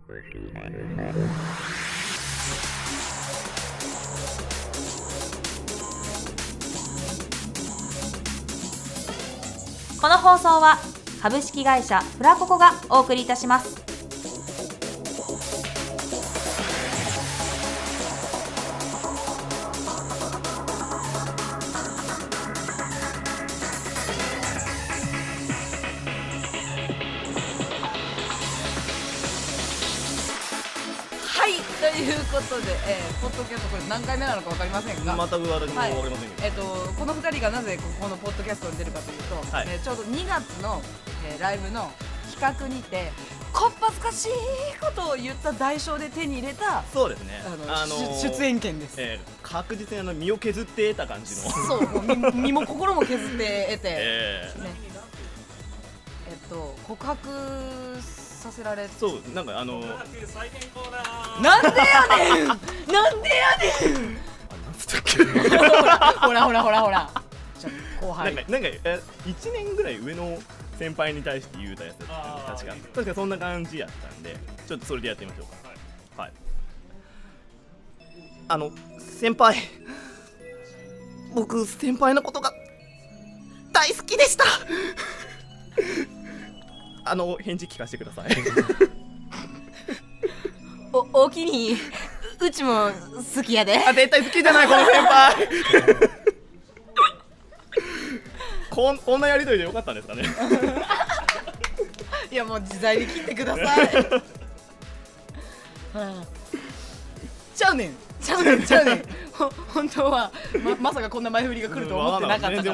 この放送は株式会社フラココがお送りいたします。 はい、ということで、ポッドキャストこれ何回目なのか分かりませんが、 全く私も分かりませんけど、 この2人がなぜこのポッドキャストに出るかというと、ちょうど2月の、ライブの企画にてこっぱずかしいことを言った代償で手に入れた、 そうですね、 出演権です。 確実に身を削って得た感じのそう、もう身も心も削って得て、ね、告白させられ、 そうなんかなんでやねんなんでやねんほらじゃあ後輩なんか1年ぐらい上の先輩に対して言うたやつだったんで、確かそんな感じやったんで、ちょっとそれでやってみましょうか。はい、先輩、僕先輩のことが大好きでした返事聞かせてくださいおきに、うちも好きやで。 絶対好きじゃないこの先輩こんなやりとりでよかったんですかねいや、もう自在に切ってくださいちゃうねん本当は まさかこんな前振りが来ると思ってなかったから、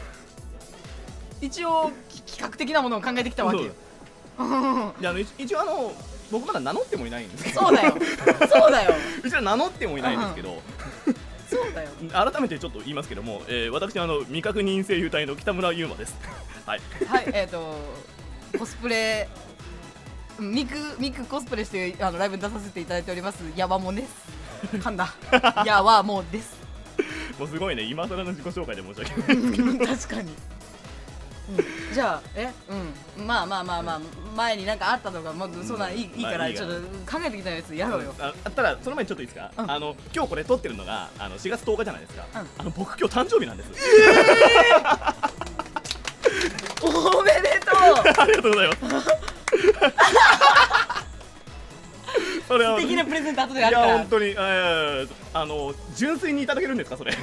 一応企画的なものを考えてきたわけよ。 いや一応僕まだ名乗ってもいないんですけど、 そうだようちら名乗ってもいないんですけど、 そうだよ。 改めてちょっと言いますけども、私未確認声優隊の北村優馬ですはい、 コスプレミクコスプレしてライブに出させていただいておりますやわもんです。噛んだやわもんです。 もうすごいね、今更の自己紹介で申し訳ない確かに、じゃあまあ前になんかあったのがもうそんなんいいから、ちょっと考えてきたやつやろうよ。 ただその前にちょっといいですか、今日これ撮ってるのが4月10日じゃないですか、僕今日誕生日なんです。 おめでとうありがとうございますそれは素敵なプレゼント後であるから。 いや本当に、純粋にいただけるんですかそれ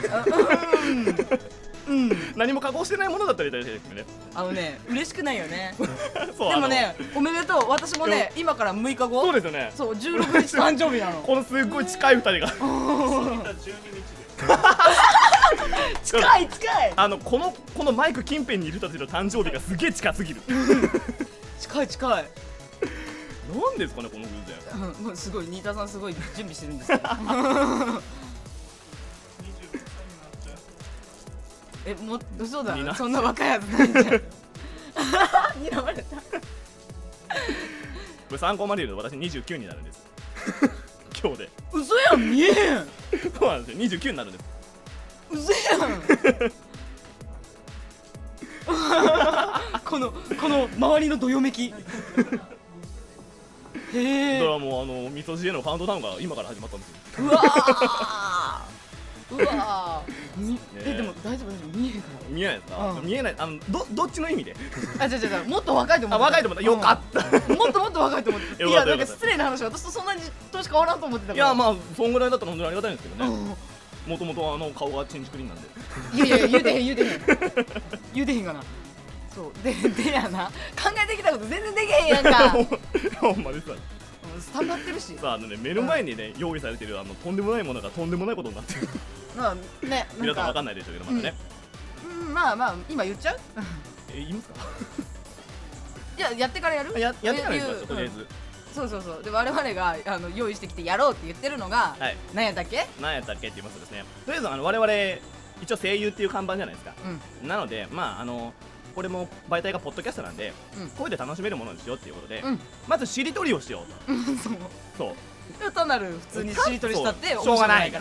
何も加工してないものだったりですね。 嬉しくないよねそうでもね、おめでとう。私もね、今から6日後、 そうですよね、 そう16日誕生日なのこのすっごい近い2人が近いこのマイク近辺にいる人たちの誕生日がすげえ近すぎる近いなんですかねこの偶然、 もうすごい新田さんすごい準備してるんですけどもう嘘だ、そんな若いやつないじゃん睨まれた。 これ参考まで言うと私29になるんです今日で。 嘘やん、見えへん。 そうなんですよ、29になるんです。 嘘やんこの周りのどよめきへえ。 だからもう味噌汁へのカウントダウンが今から始まったんですよ。 うわーでも大丈夫見えへんから。 見えないですか、見えない、どっちの意味でじゃもっと若いと思った。 若いと思った、よかったもっと若いと思っていや、なんか失礼な話、私とそんなに年変わらんと思ってたから。 いや、まあそんぐらいだったら本当にありがたいんですけどね。もともと顔がチンチクリンなんで。 いや言うてへんがな。そうでやな、考えてきたこと全然できへんやんかほんまです。 スタンバってるしさあ目の前にね用意されてるとんでもないものがとんでもないことになってる。 まあね、 皆さんわかんないでしょうけどまだね。 まあ今言っちゃう？ 言いますか？ いや、やってからやる？ やってからですか、とりあえず。 そうで我々が用意してきてやろうって言ってるのが何やったっけって言いますとですね、とりあえず我々一応声優っていう看板じゃないですか。なのでまあこれも媒体がポッドキャストなんで、声で楽しめるものにしようっていうことで、まずしりとりをしようと。 そう単なる普通にしりとりしたってしょうがないから、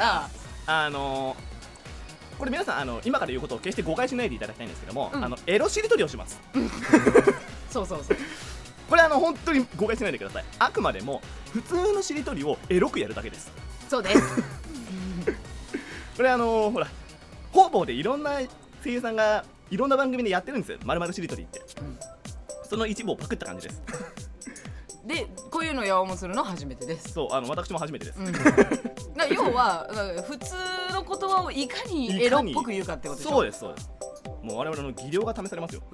これ皆さん今から言うことを決して誤解しないでいただきたいんですけども、エロしりとりをします。 そうこれ本当に誤解しないでください。あくまでも普通のしりとりをエロくやるだけです。 そうですこれほら方々でいろんな声優さんがいろんな番組でやってるんですよ、丸々しりとりって、その一部をパクった感じです。 でこういうのやおもするの初めてです。 そう私も初めてです、 要は普通の言葉をいかにエロっぽく言うかってことでしょ。 そうですそうです。もう我々の技量が試されますよ。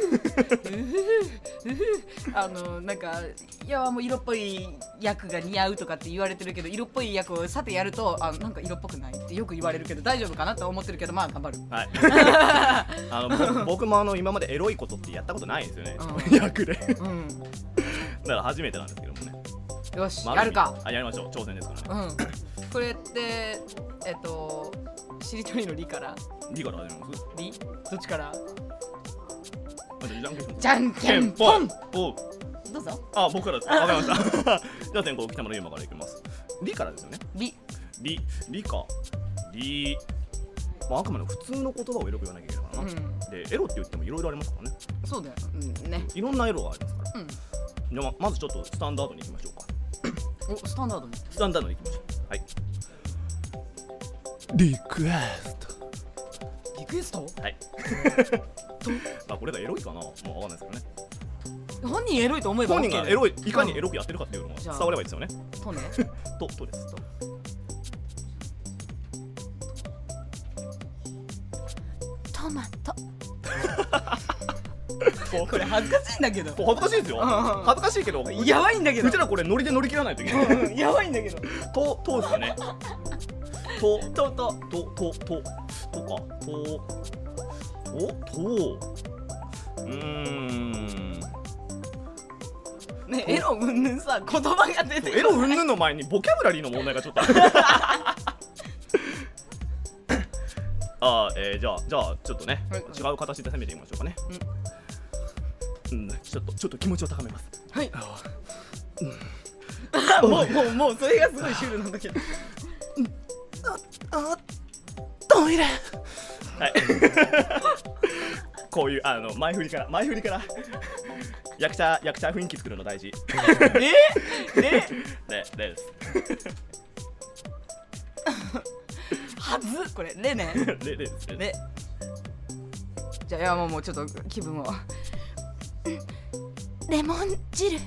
なんかいやもう色っぽい役が似合うとかって言われてるけど、色っぽい役をさてやるとなんか色っぽくないってよく言われるけど、大丈夫かなと思ってるけど、まあ頑張る。 はい僕も今までエロいことってやったことないんですよね、役で、だから初めてなんですけどもね。 よし、やるか。 やりましょう、挑戦ですからね。 これってしりとりのリからリから始めます？ リ？どっちから？ じゃんけんぽん。 どうぞ。 僕からです。わかりました。じゃあ先攻北村ゆうまからいきます。リからですよね。リか。リ。あくまで普通の言葉をエロく言わなきゃいけないからな。でエロって言ってもいろいろありますからね。そうだよ。ね。いろんなエロがありますから。じゃあまずちょっとスタンダードにいきましょうか。 スタンダードに。 スタンダードにいきましょう。はい。リクエスト。 リクエスト？ はい。これがエロいかな、もうわかんないですけどね。 本人エロいと思えば OK。 本人がエロい、いかにエロくやってるかっていうのが伝わればいいですよね。 とね。 とです。 トマト。これ恥ずかしいんだけど。 恥ずかしいですよ。恥ずかしいけど。 やばいんだけど。 うちらこれノリで乗り切らないといけない。 やばいんだけど。 とですかね。とね、エロうんぬんさ、言葉が出てる。 エロうんぬんの前にボキャブラリーの問題がちょっとじゃあちょっとね、違う形で攻めてみましょうかね。ちょっと気持ちを高めます。 はい。もうそれがすごいシュールなんだけど。 トイレ。はい。こういう前振りから役者雰囲気作るの大事。です。 はずこれレね。レ。じゃあもうちょっと気分を。レモン汁。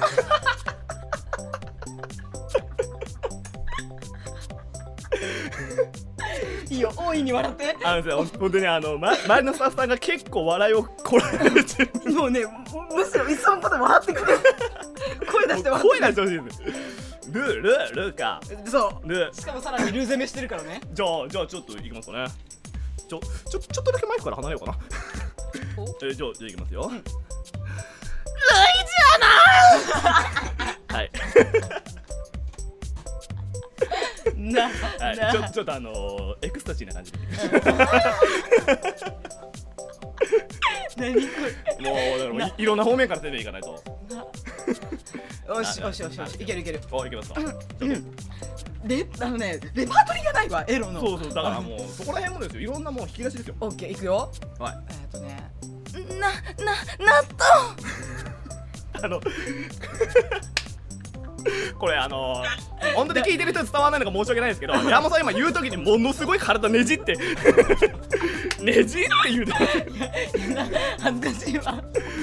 いいよ、大いに笑って。 本当に周りのスタッフさんが結構笑いをこらえてる。 もうね、むしろいっそのこと笑ってくれ。声出して笑って。 声出してほしいです。ルーか。 そう。しかもさらにルー攻めしてるからね。じゃあちょっといきますかね。ちょっとだけマイクから離れようかな。じゃあいきますよ。ルイジアナ。はい。ちょっとエクスタシーな感じで。 何これ。もうだからいろんな方面から攻めていかないと。 よしいける。いけますか。 レパートリーがないわ、エロの。 そうだからもうそこら辺もですよ、いろんなもん引き出しですよ。 オッケー、いくよ。 はい。 納豆。 これ本当に聞いてる人伝わらないのが申し訳ないですけど、山本さん今言う時にものすごい体ねじって言うて。 恥ずかしいわ。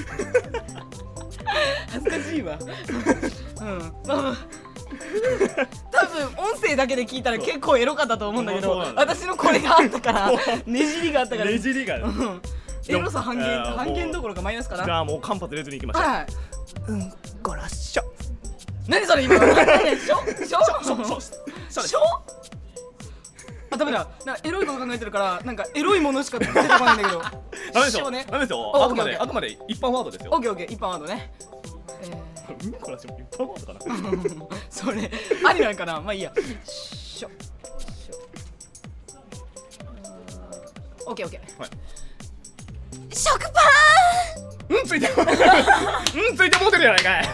多分音声だけで聞いたら結構エロかったと思うんだけど、私のこれがあったからねじりがあったから、 ねじりがエロさ半減どころかマイナスかな。 じゃあもう間髪入れずにいきましょう。ごらっしょ。 何それ今の。しょダメだ。エロいこと考えてるからなんかエロいものしか出てこないんだけど。 ダメですよ。あくまで一般ワードですよ。 オッケー一般ワードね。 こらっしょ一般ワードかな。 それありなんかな。まあいいや。オッケー。食パン。 ついて持ってるやないかい。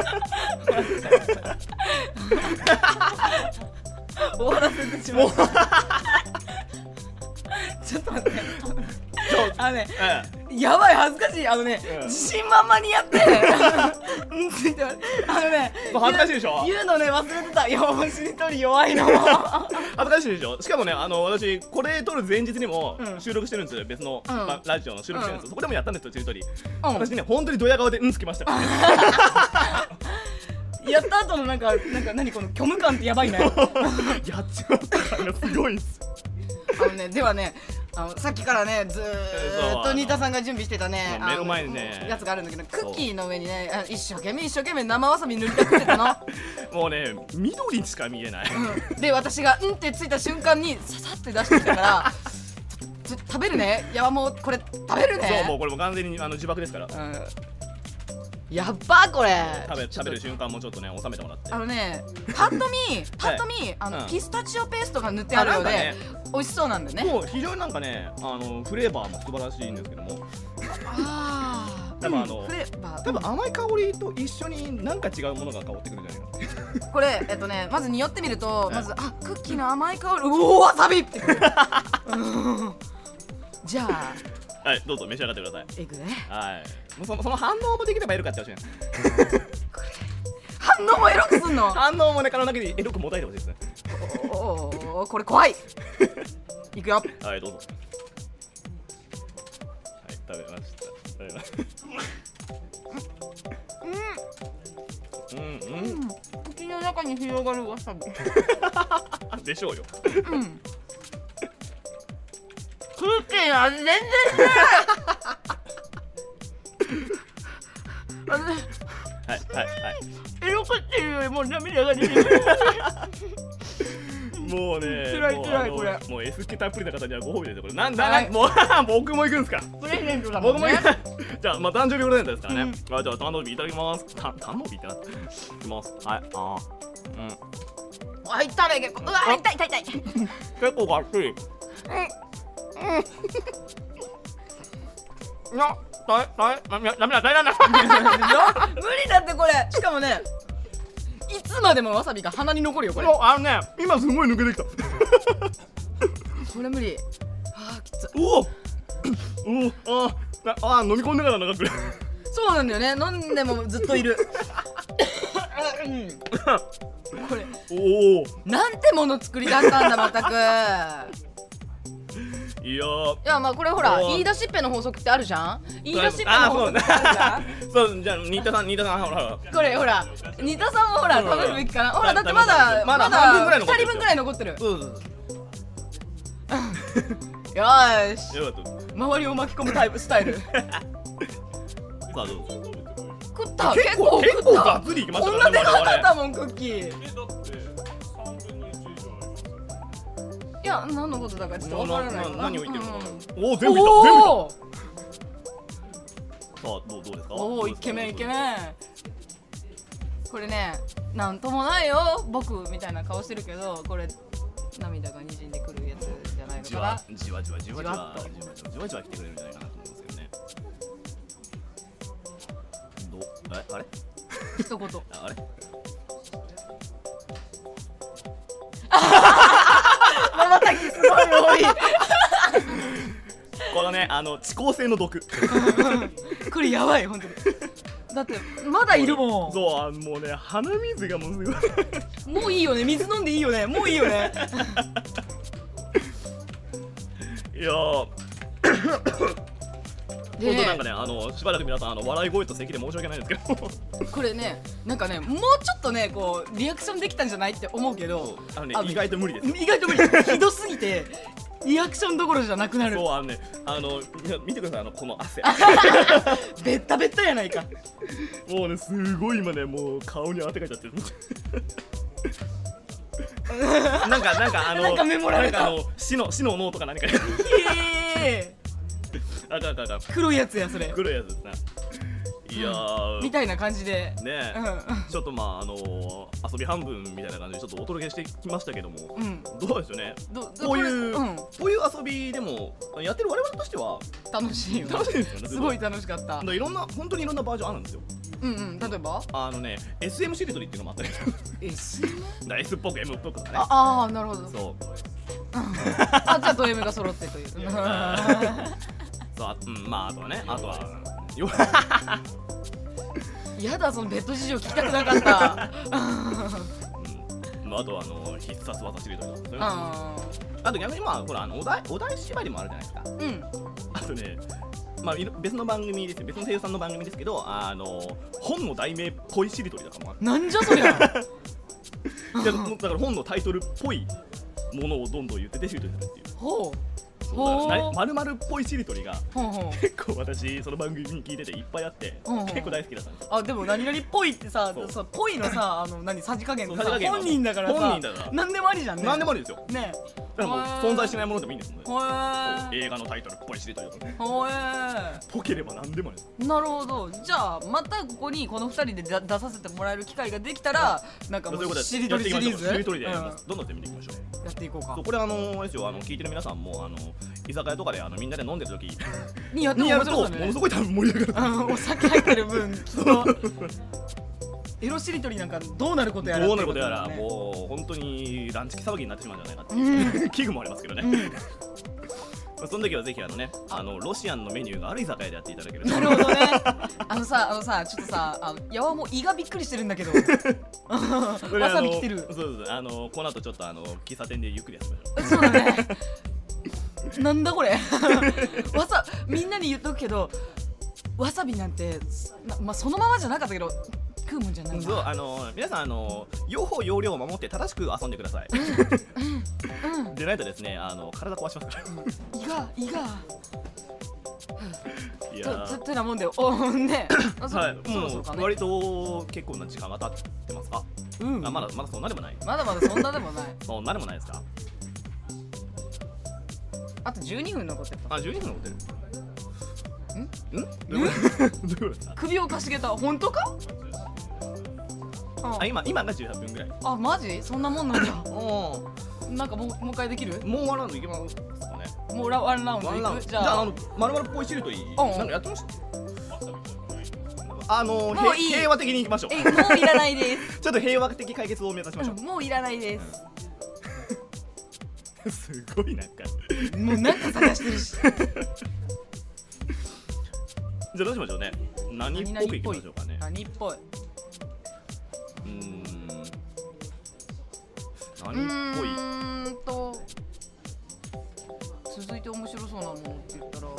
終わらせてしまう。ちょっと待って。 やばい恥ずかしい自信満々にやってついて恥ずかしいでしょ。 言うのね忘れてた。いやもうしりとり弱いの恥ずかしいでしょ。しかもね私これ撮る前日にも収録してるんですよ。別のラジオの収録してるんですよ。そこでもやったんですよしりとり。私ね本当にドヤ顔でつきましたからね。 やった後の何この虚無感ってやばいね。 やっちまったからすごいんですではねさっきからねずーっと新田さんが準備してたね目の前にねやつがあるんだけど、クッキーの上にね一生懸命生わさび塗りたくってたの。 もうね緑しか見えない、 で私がってついた瞬間にささって出してきたから食べるね。いやもうこれ食べるね。 そうもうこれも完全に自爆ですから、 やっばこれ食べる瞬間もちょっとね収めてもらってパッと見ピスタチオペーストが塗ってあるようで美味しそうなんだよね。 もう非常になんかねフレーバーも素晴らしいんですけども、多分多分甘い香りと一緒になんか違うものが香ってくるんじゃないかな。 これまず匂ってみるとまずクッキーの甘い香り、わさびってじゃあはいどうぞ召し上がってください。 いくね。 はいもうその反応もできればエロくやってほしい。 反応もエロくすんの。 反応もね体の中にエロくもたえてほしいですね。 これ怖い。いくよ。 はいどうぞ。はい食べました。 口の中に広がるわさび。 でしょうよ。 クッキーの味全然しない。エロくっていうよりもう涙が出てくる。 もうね辛いこれ。 もう S 気たっぷりな方にはご褒美ですよこれ。もう僕も行くんすか。 プレゼントだもんね。 じゃあ誕生日プレゼントですからね。じゃあ誕生日いただきます。誕生日ってなっていきます。はい入ったね結構。うわ痛い。 結構がっつり。ダメだ無理だってこれ。しかもねいつまでもわさびが鼻に残るよこれ。 今すごい抜けてきた。 これ無理。きつ。 飲み込んでから長く。 そうなんだよね。飲んでもずっといる。これなんてもの作り出したんだまったく。 いやまあこれほら言い出しっぺの法則ってあるじゃん。言い出しっぺの法則ってあるじゃん。 そうじゃあ新田さんほらこれほら新田さんもほら食べるべきかな。ほらだってまだ半分ぐらい残ってる。 2人分ぐらい残ってる。よーし周りを巻き込むタイプスタイル。 さあどうぞ。 食った結構がっつりいきましたこんなでかかったもんクッキー。いや何のことだかちょっとわからない。 何を言ってるのか。全部いった。さあどうですか。 イケメンこれねなんともないよ僕みたいな顔してるけどこれ涙がにじんでくるやつじゃないのかな。 じわじわ来てくれるんじゃないかなと思うんですけどね。あれ一言あれまたきすごい多い。 このね遅効性の毒。 これやばい本当に。だってまだいるもん。 そうもうね鼻水がもうすごい。 もういいよね水飲んでいいよねもういいよね。 いや本当なんかねしばらく皆さん笑い声と咳で申し訳ないんですけどこれねなんかねもうちょっとねこうリアクションできたんじゃないって思うけど意外と無理です。 意外と無理。ひどすぎてリアクションどころじゃなくなる。 そう見てくださいこの汗。 ベッタベッタやないか。 もうねすごい今ねもう顔に汗かいちゃってる。なんかメモられた。 死の脳とか何か。 黒いやつやそれ。 黒いやつですね。いやみたいな感じでねちょっと遊び半分みたいな感じでちょっとお届けしてきましたけども、どうですよね。こういう遊びでもやってる我々としては楽しいよ。 楽しいですよね。 すごい楽しかった。 本当にいろんなバージョンあるんですよ。 例えば SM しりとりっていうのもあったり。 SM？ S っぽく M っぽくとかね。 なるほど。 そう。 じゃあド M が揃ってという。 そう、まああとはね、あとはやだ、そのベッド事情聞きたくなかったあとは必殺技しりとりとかそういうのあと逆にまあほらお題縛りもあるじゃないですか。あとね、まあ別の番組ですよ、別の声優さんの番組ですけど、本の題名っぽいしりとりとかもある。 なんじゃそりゃだから本のタイトルっぽいものをどんどん言っててしりとりするっていう。 ほうまるまるっぽいしりとりが結構私その番組に聞いてていっぱいあって結構大好きだったんですよ。 あ、でも何々っぽいってさ、ぽいのさ、さじ加減ってさ、本人だからさ、何でもありじゃんね。 何でもありですよね。だからもう存在しないものでもいいんですもんね。映画のタイトルっぽいしりとりとかね。ぽければ何でもありです。 なるほど。じゃあまたここにこの2人で出させてもらえる機会ができたら、なんかもうしりとりシリーズしりとりでどんどんやってみていきましょう。 やっていこうか。 これあれですよ、聞いてる皆さんも居酒屋とかでみんなで飲んでる時にやるとものすごい多分盛り上がる。 お酒入ってる分きっとエロしりとりなんかどうなることやらもう本当にランチ騒ぎになってしまうんじゃないかっていう危惧もありますけどね。その時はぜひロシアンのメニューがある居酒屋でやっていただけると。 なるほどね。さちょっとさ、やわも胃がびっくりしてるんだけどわさび来てる。 そうこの後ちょっと喫茶店でゆっくりやってみましょう。そうだね。なんだこれみんなに言っとくけど、わさびなんてそのままじゃなかったけど食うもんじゃないな。 そう、皆さん用法用量を守って正しく遊んでください。でないとですね、体壊しますから。 胃がいやてなもんで、ね。 はい、もう割と結構な時間が経ってますか。まだそんなでもない。 まだそんなでもない。 そんなでもないですか。 あと12分残ってる。 12分残ってる。 首をかしげた。本当か？ 今が18分ぐらい。 あ、マジ？そんなもんなんだ。なんかもう一回できる？ もうワンラウンドいけますかね。 もうワンラウンドいく？じゃあまるまるっぽいしりとりなんかやってました？平和的にいきましょう。 もういらないです。 ちょっと平和的解決を目指しましょう。 もういらないです。 すごいなんかもうなんか探してるし。 じゃあどうしましょうね。何っぽくいきましょうかね。 何っぽい。 何っぽい。 続いて面白そうなものって言ったら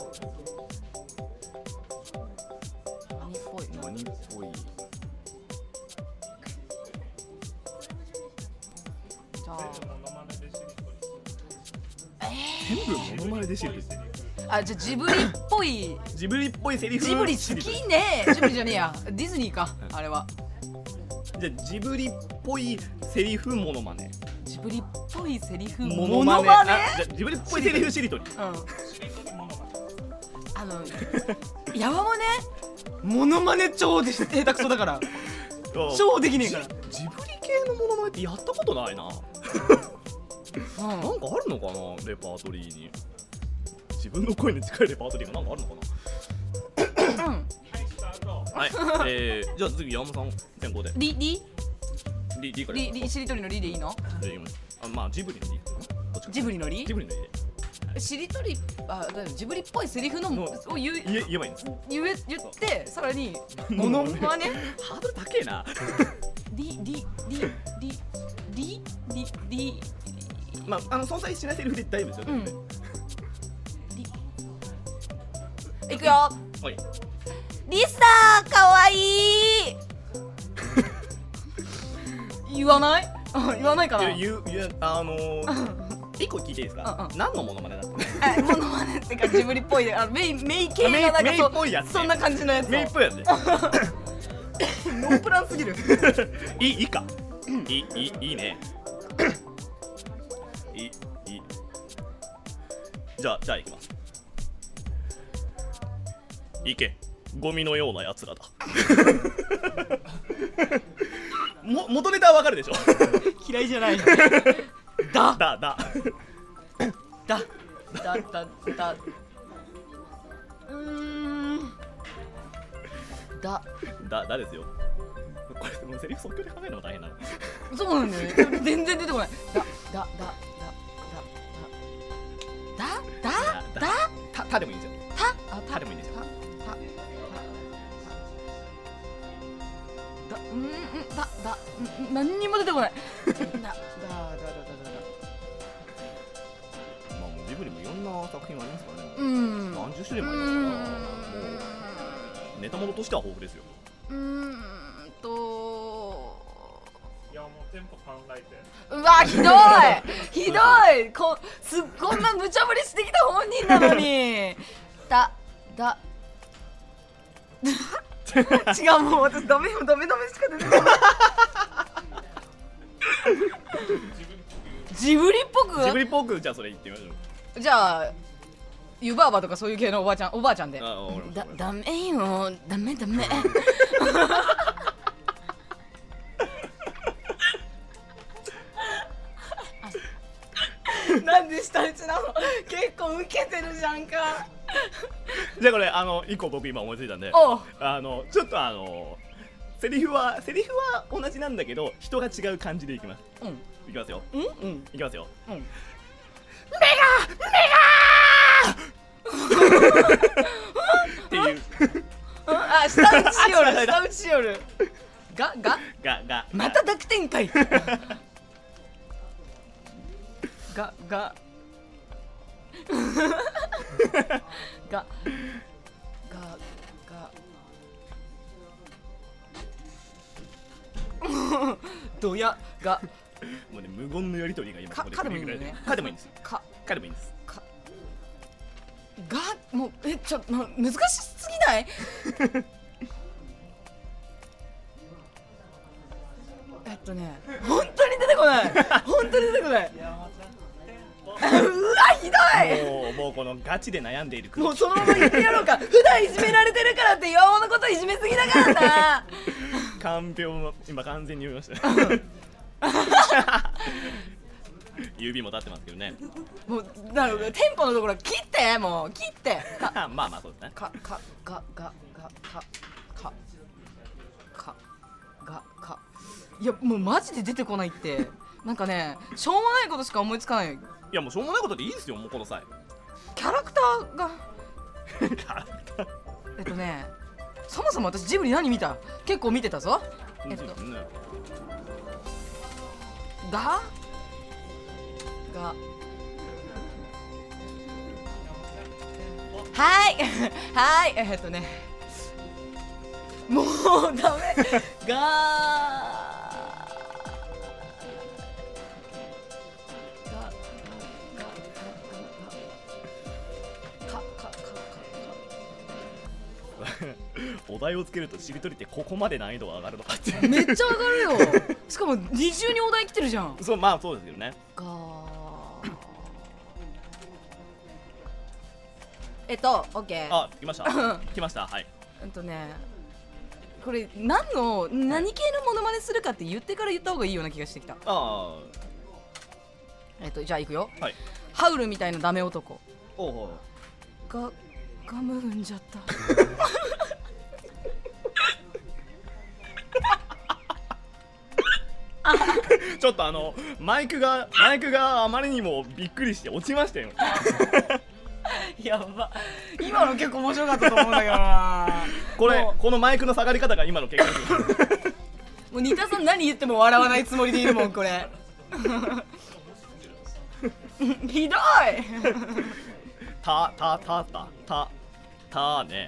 何っぽい。 何っぽい。 じゃあ全部モノマネでしりとり。 じゃあジブリっぽい。 ジブリっぽいセリフ。 ジブリ好きね。ジブリじゃねえや、ディズニーかあれは。 じゃあジブリっぽいセリフモノマネ。 ジブリっぽいセリフモノマネ。じゃあジブリっぽいセリフしりとり。 やわもね、モノマネ超で下手くそだから超できねえから。 ジブリ系のモノマネってやったことないな。なんかあるのかな、レパートリーに。自分の声に近いレパートリーがなんかあるのかな。はい、じゃあ次山本さん先行で。 リからしりとりのリでいいの？ まあジブリのリ。 ジブリのリ？ ジブリのリで。 しりとり、ジブリっぽいセリフのを言えばいいんです。 言ってさらにモノマネ。 ハードル高えな。リまあ存在しないセリフで大丈夫ですよね。 いくよ。 はい。 リスターかわいい。言わない？言わないかな。 一個聞いていいですか？何のモノマネだったの？ モノマネってかジブリっぽいで、メイ系のなんかメイっぽいやつ。 そんな感じのやつ。 メイっぽいやつ。 ノープランすぎる。 いいか。いいね。いい。じゃあ行きます。行け、ゴミのようなやつらだ。元ネタはわかるでしょ。 嫌いじゃない。だですよ。これもうセリフ即興で考えるのも大変なの。 そうなんだよね。全然出てこない。たでもいいんですよ。 何にも出てこない。 まあもうジブリもいろんな作品ありますからね。何十種類もありますから、もうネタものとしては豊富ですよ。 いやもうテンポ考えて。 うわひどいひどい。こんな無茶ぶりしてきた本人なのに。違う、もう私ダメしか出てこない。ジブリっぽくジブリっぽく、じゃあそれ言ってみましょう。 じゃあ湯婆婆とかそういう系のおばあちゃんで。ダメよ、ダメなんで下打ちなの。結構ウケてるじゃんか。 じゃあこれ一個僕今思いついたんで、ちょっとセリフは同じなんだけど人が違う感じでいきます。いきますよ。いきますよ。メガっていう。 下打ちよる。がまた濁点かい。がどやがもうね、無言のやりとりが今ここでかでもいいんだよね。 かでもいいんです。かでもいいんです。 がもうちょっと難しすぎない？本当に出てこない。うわひどい。 もうこのガチで悩んでいる空気。 もうそのまま言ってやろうか。普段いじめられてるからって岩尾のこといじめすぎだからな。 かんぴょうも今完全に読みました。指も立ってますけどね。 もうテンポのところ切って。まあそうですね。 いやもうマジで出てこないって。なんかね、しょうもないことしか思いつかない。 いやもうしょうもないことでいいですよ、もうこの際。 キャラクターがそもそも私ジブリ何見た？結構見てたぞ。はいもうダメ。 お題をつけるとしりとりってここまで難易度が上がるのかって。 めっちゃ上がるよ。しかも二重にお題来てるじゃん。 そう、そうですよね。 オッケー。 来ました。来ました。はい。 これ何系のモノマネするかって言ってから言った方がいいような気がしてきた。じゃあ行くよ。ハウルみたいなダメ男。ガム踏んじゃった。 ちょっとマイクがあまりにもびっくりして落ちましたよ。 やば。今の結構面白かったと思うんだけどな。 このマイクの下がり方が今の結果。 もう新田さん何言っても笑わないつもりでいるもんこれ。ひどい。 たね。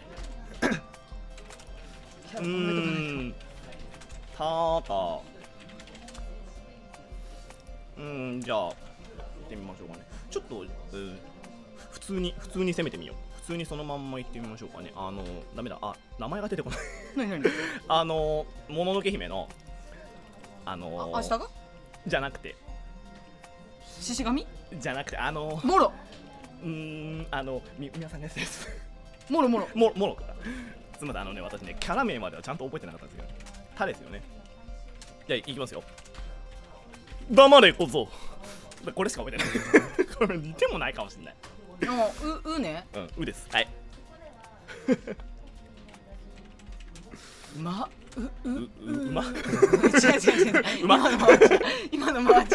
じゃあ行ってみましょうかね。ちょっと普通に攻めてみよう。普通にそのまんま行ってみましょうかね。ダメだ。名前が出てこない。もののけ姫の明日がじゃなくて獅子神じゃなくてモロ。 皆さんがやつです。 モロか。すみません、私ね、キャラ名まではちゃんと覚えてなかったんですけど、タですよね。じゃあ、いきますよ。黙れ小僧。これしか覚えてない。これ似てもないかもしれない。 うね。 うです。はい。 うま。 違う。 今のまま違う。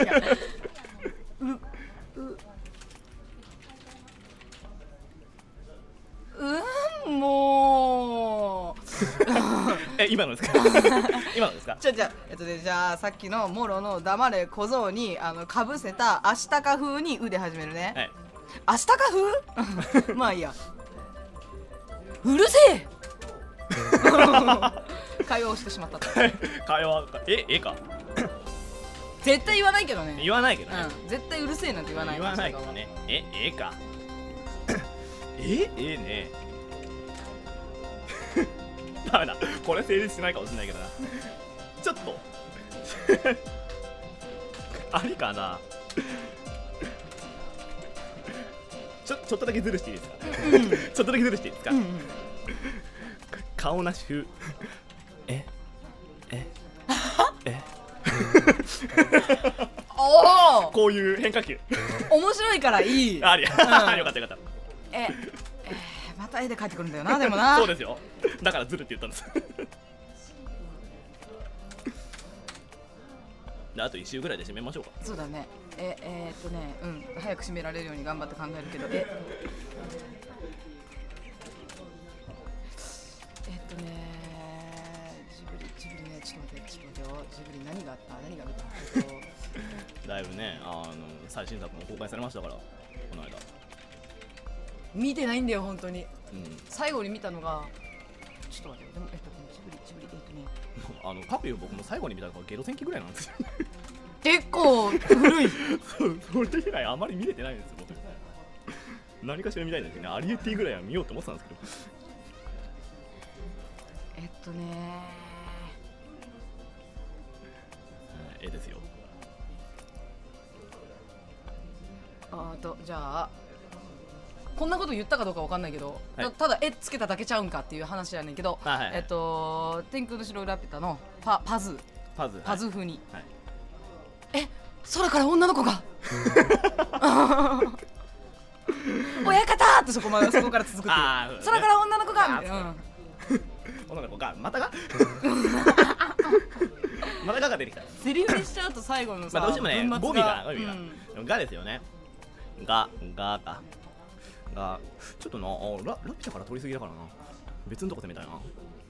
もう今のですか。 今のですか？ じゃあさっきのモロの黙れ小僧にかぶせたアシタカ風に腕始めるね、 はい、 アシタカ風まあいいや。うるせえ会話をしてしまったと。 会話か絶対言わないけどね。 言わないけどね、 絶対うるせえなんて言わない。 言わないけどね。かねダメだ、これ成立しないかもしれないけどな。ちょっとありかな。ちょっとだけずるしていいですか？ちょっとだけずるしていいですか？顔なし風おお、 こういう変化球面白いからいい。 あり、よかったよかった。 また絵で描いてくるんだよな。でもなそうですよ、だからずるって言ったんですであと1週ぐらいで締めましょうか。 そうだね。早く締められるように頑張って考えるけど、ジブリね、ちょっと待ってよ。ジブリ何があった？何が見た？ だいぶね、最新作も公開されましたから、この間。 見てないんだよ本当に。最後に見たのがちょっと待ってよ。でもジブリ各有僕も最後に見たのがゲロ戦記ぐらいなんですよ。 結構古い。 それ以来あまり見れてないんですよ僕。何かしら見たいんですよね。アリエッティぐらいは見ようと思ってたんですけど。絵ですよ。 じゃあこんなこと言ったかどうかわかんないけど、ただ絵つけただけちゃうんかっていう話やねんけど、天空の城ラピュタのパズ風に、空から女の子が親方ってそこから続くっていう。空から女の子が女の子がまたがまたが出てきた。 セリフにしちゃうと最後のさ、 どうしてもね、語尾ががですよね。がちょっとな、ラピュタから取りすぎだからな。別のとこ攻めたいな。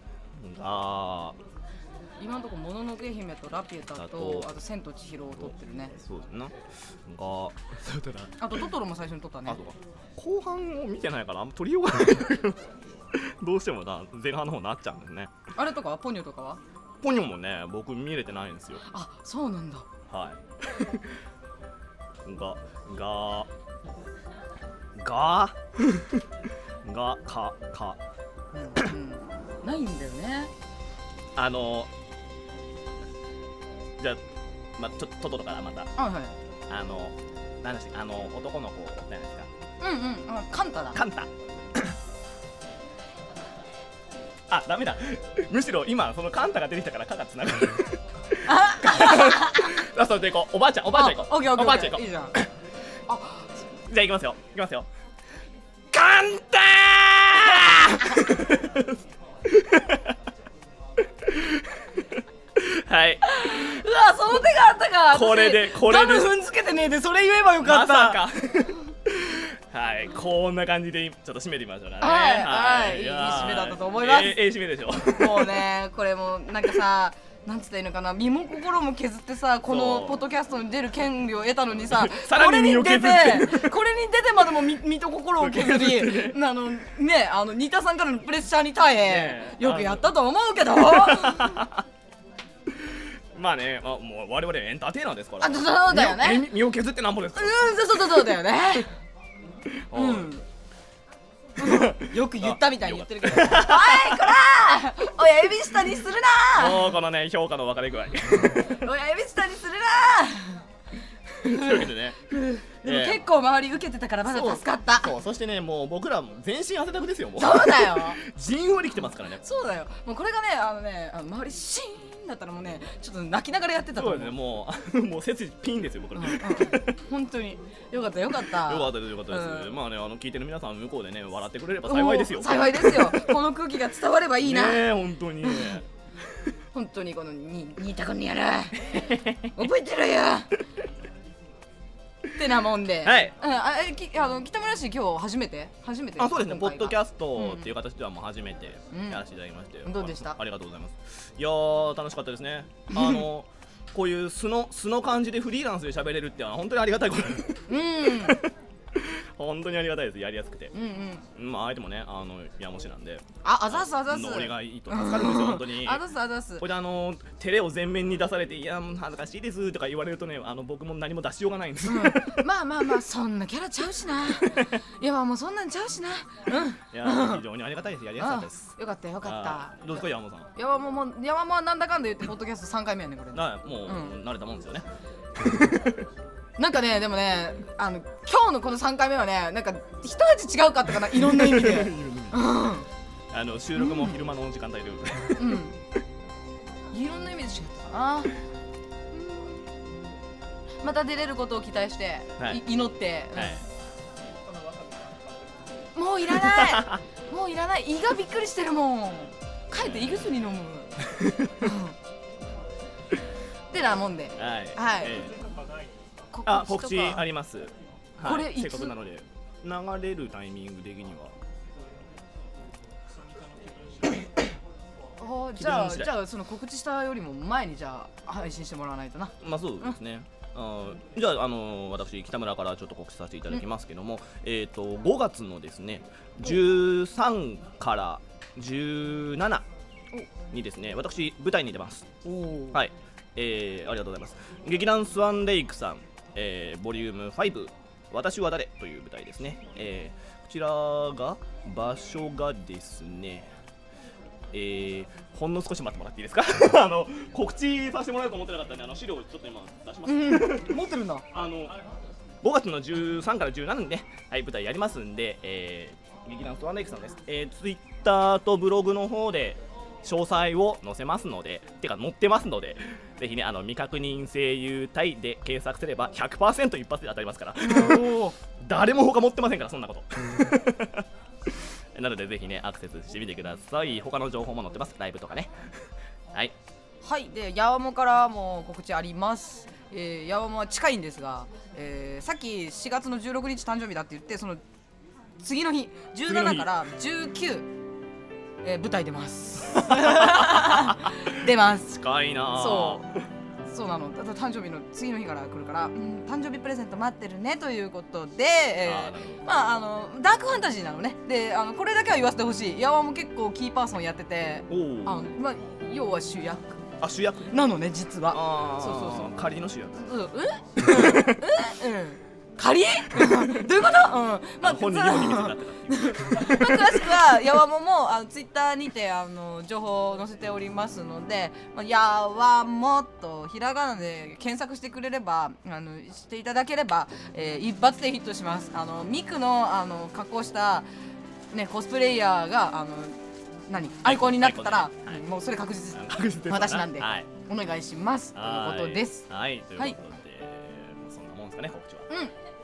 今のところもののけ姫とラピュタとあと千と千尋を取ってるね。 そうですな。 あとトトロも最初に取ったね。 後半を見てないからあんま取りようがないどうしてもな前半の方になっちゃうんですね。 あれとかはポニョとかは？ ポニョもね、僕見れてないんですよ。 あ、そうなんだ。 はいないんだよね。 じゃあ、ちょっとトトロからまた。何でしたっけ、男の子じゃないですか。 カンタだ。 カンタあ、ダメだ。むしろ今そのカンタが出てきたからカがつながる。ラストでいこう。おばあちゃん行こう。おばあちゃん行こう。 いいじゃん。 じゃあ行きますよ。カンターはい。 うわ、その手があったか。 これでガム踏んづけてねえでそれ言えばよかった。 まさかはい、こんな感じでちょっと締めてみましょうかね。 はい、いい締めだったと思います。 締めでしょ。 もうね、これもなんかさ、なんつったらいいのかな、身も心も削ってさ、このポッドキャストに出る権利を得たのにさ、これに出てまでも身と心を削り、ね、新田さんからのプレッシャーに耐え、よくやったと思うけど。 まあね、もう我々エンターテイナーですから。 そうだよね。 身を削ってなんぼです。 そうだよね。よく言ったみたいに言ってるけど、おいこら親指下にするな。 もうこのね、評価の分かれ具合親指下にするな。というわけでね、 でも結構周り受けてたからまだ助かった。 そしてね、もう僕らも全身汗だくですよ。もうそうだよ。 じんわりきてますからね。 そうだよ。もうこれがね、周りシーンだったらもうね、ちょっと泣きながらやってたと思う。 そうですね、もう背筋ピンですよ僕ら。 本当によかった。 よかったです。まあね、聞いてる皆さん向こうでね、笑ってくれれば幸いですよ。 幸いですよ。この空気が伝わればいいな。 ね、本当に。 本当にこの新田君にやる。覚えてろよ。っててなもんで、 はい、 北村氏今日初めてあ、そうですね、ポッドキャストっていう形ではもう初めてやらせていただきまして、 どうでした？ ありがとうございます。いやー、楽しかったですね。こういう素の感じでフリーランスで喋れるってのは本当にありがたいこと本当にありがたいです。やりやすくて、まあ相手もね、やもしなんで、 あざすノリがいいと助かるんですよ本当に。 あざす。 これで照れを前面に出されて、いや恥ずかしいですとか言われるとね、僕も何も出しようがないんです。 まあそんなキャラちゃうしな。いやもうそんなんちゃうしな。いや非常にありがたいです。やりやすかったです。 よかったよかった。 どうですか山本さん？ 山本はなんだかんだ言ってポッドキャスト3回目やねこれ。 もう慣れたもんですよね。 なんかね、でもね、今日のこの3回目はね、なんか一味違うかったかな、いろんな意味で。 収録も昼間の時間帯で、 いろんな意味で違ったな。また出れることを期待して、祈って、もういらないもういらない。胃がびっくりしてるもん。帰って胃薬飲む。ってなもんで、はい。 告知あります。 これせっかくなので流れるタイミング的にはじゃあその告知したよりも前にじゃあ配信してもらわないとな。 まあそうですね。じゃあ私北村からちょっと告知させていただきますけども、5月のですね13から17にですね、私舞台に出ます。はい、ありがとうございます。劇団スワンレイクさん、ボリューム5私は誰という舞台ですね。こちらが場所がですね、ほんの少し待ってもらっていいですか？告知させてもらうと思ってなかったんで、資料をちょっと今出します。 持ってるんだ。 5月の13から17にね、舞台やりますんで、劇団スワンレイクさんです。Twitter とブログの方で詳細を載せますので、載ってますので、ぜひね、未確認声優隊で検索すれば 100% 一発で当たりますから。誰も他持ってませんから、そんなこと。なのでぜひね、アクセスしてみてください。他の情報も載ってます、ライブとかね。はい。 はい、で、ヤワモからも告知あります。ヤワモは近いんですが、さっき4月の16日誕生日だって言って、その次の日、17から19、舞台出ます出ます。 近いな。 そうなの。誕生日の次の日から来るから、誕生日プレゼント待ってるねということで、まあダークファンタジーなのね。で、これだけは言わせてほしい。ヤワも結構キーパーソンやってて、まあ要は主役なのね、実は。そう。 仮の主役。 仮？どういうこと？まあ本人に見せになってた。 詳しくはヤワモもツイッターにて情報を載せておりますので、ヤワモとひらがなで検索してくれればしていただければ、一発でヒットします。ミクの加工したねコスプレイヤーがアイコンになったら、もうそれ確実私なんで、お願いしますということです。 はい、ということでそんなもんですかね、告知は。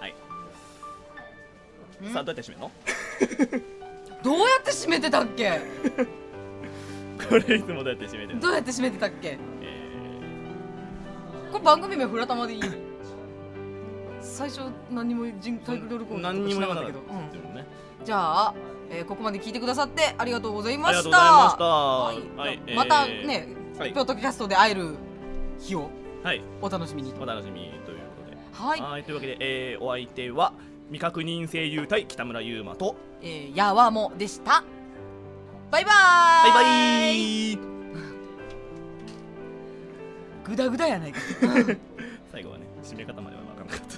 さあ、どうやって締めるの？ どうやって締めてたっけ？ これいつもどうやって締めてるの？ どうやって締めてたっけ？これ番組名フラタマでいい？最初何もタイトルコール何にも言わなかったけど、 じゃあ、ここまで聞いてくださってありがとうございました。またね、ポッドキャストで会える日をお楽しみにということで、 はい、というわけで、お相手は未確認声優隊北村優馬とヤワモでした。バイバイ。 グダグダやないか。 最後はね、締め方までは分からなかった。